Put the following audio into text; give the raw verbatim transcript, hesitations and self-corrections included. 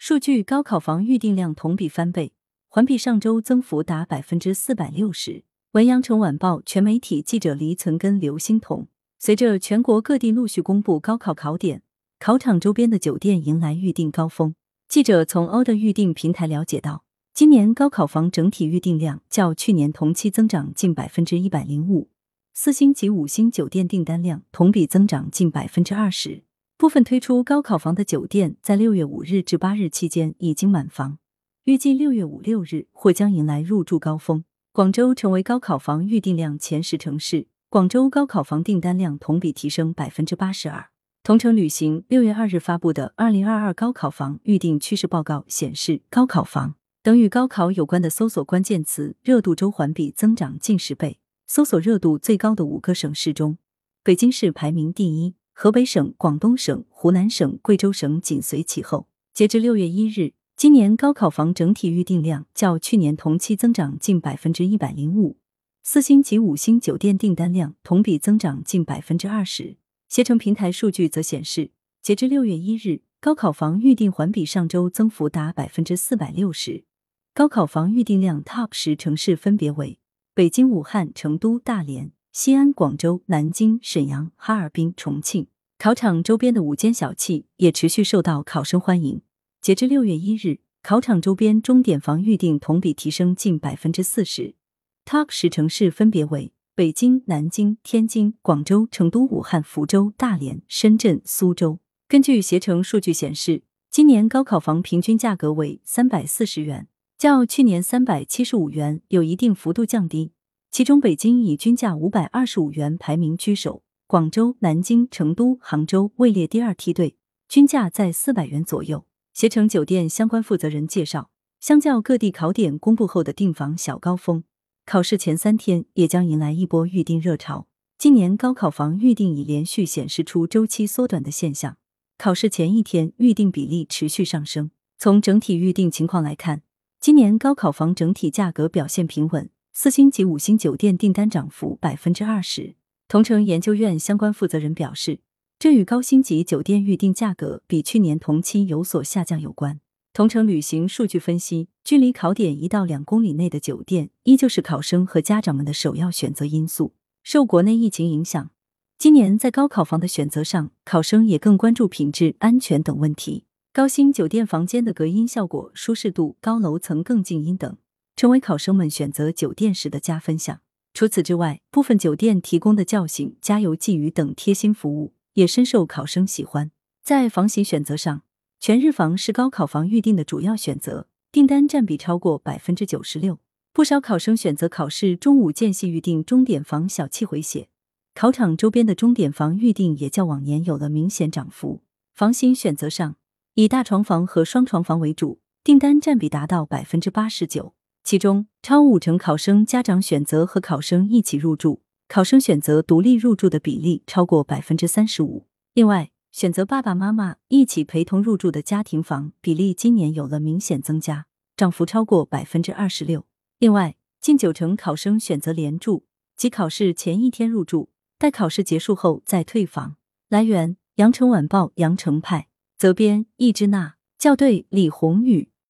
数据高考房预订量同比翻倍，环比上周增幅达 百分之四百六十。 文阳城晚报全媒体记者黎存根、刘欣彤。随着全国各地陆续公布高考考点，考场周边的酒店迎来预订高峰。记者从 O 的预订平台了解到，今年高考房整体预订量较去年同期增长近 百分之一百零五， 四星级五星酒店订单量同比增长近 百分之二十。 部分推出高考房的酒店在六月五日至八日期间已经满房，预计六月五六日或将迎来入住高峰。广州成为高考房预订量前十城市，广州高考房订单量同比提升 百分之八十二。 同程旅行六月二日发布的二零二二高考房预订趋势报告显示，高考房等与高考有关的搜索关键词热度周环比增长近十倍。搜索热度最高的五个省市中，北京市排名第一，河北省、广东省、湖南省、贵州省紧随其后。截至六月一日，今年高考房整体预订量较去年同期增长近 百分之一百零五， 四星级五星酒店订单量同比增长近 百分之二十。 携程平台数据则显示，截至六月一日，高考房预订环比上周增幅达 百分之四百六十。 高考房预订量 Top 十城市分别为北京、武汉、成都、大连、西安、广州、南京、沈阳、哈尔滨、重庆。考场周边的五间小憩也持续受到考生欢迎。截至六月一日，考场周边钟点房预订同比提升近 百分之四十。 Top 十城市分别为北京、南京、天津、广州、成都、武汉、福州、大连、深圳、苏州。根据携程数据显示，今年高考房平均价格为三百四十元，较去年三百七十五元有一定幅度降低，其中北京以均价五百二十五元排名居首，广州、南京、成都、杭州位列第二梯队，均价在四百元左右。携程酒店相关负责人介绍，相较各地考点公布后的订房小高峰，考试前三天也将迎来一波预订热潮。今年高考房预订已连续显示出周期缩短的现象，考试前一天预订比例持续上升。从整体预订情况来看，今年高考房整体价格表现平稳，四星级五星酒店订单涨幅 百分之二十。 同程研究院相关负责人表示，这与高星级酒店预订价格比去年同期有所下降有关。同程旅行数据分析，距离考点一到两公里内的酒店依旧是考生和家长们的首要选择因素。受国内疫情影响，今年在高考房的选择上，考生也更关注品质、安全等问题。高星酒店房间的隔音效果、舒适度、高楼层更静音等，成为考生们选择酒店时的加分项。除此之外，部分酒店提供的叫醒、加油寄语等贴心服务也深受考生喜欢。在房型选择上，全日房是高考房预订的主要选择，订单占比超过 百分之九十六。 不少考生选择考试中午间隙预订钟点房小憩回血，考场周边的钟点房预订也较往年有了明显涨幅。房型选择上，以大床房和双床房为主，订单占比达到 百分之八十九。 其中超五成考生家长选择和考生一起入住，考生选择独立入住的比例超过 百分之三十五。 另外，选择爸爸妈妈一起陪同入住的家庭房比例今年有了明显增加，涨幅超过 百分之二十六。 另外，近九成考生选择联住，即考试前一天入住，待考试结束后再退房。来源：羊城晚报羊城派，责编：易之娜，校对：李红宇。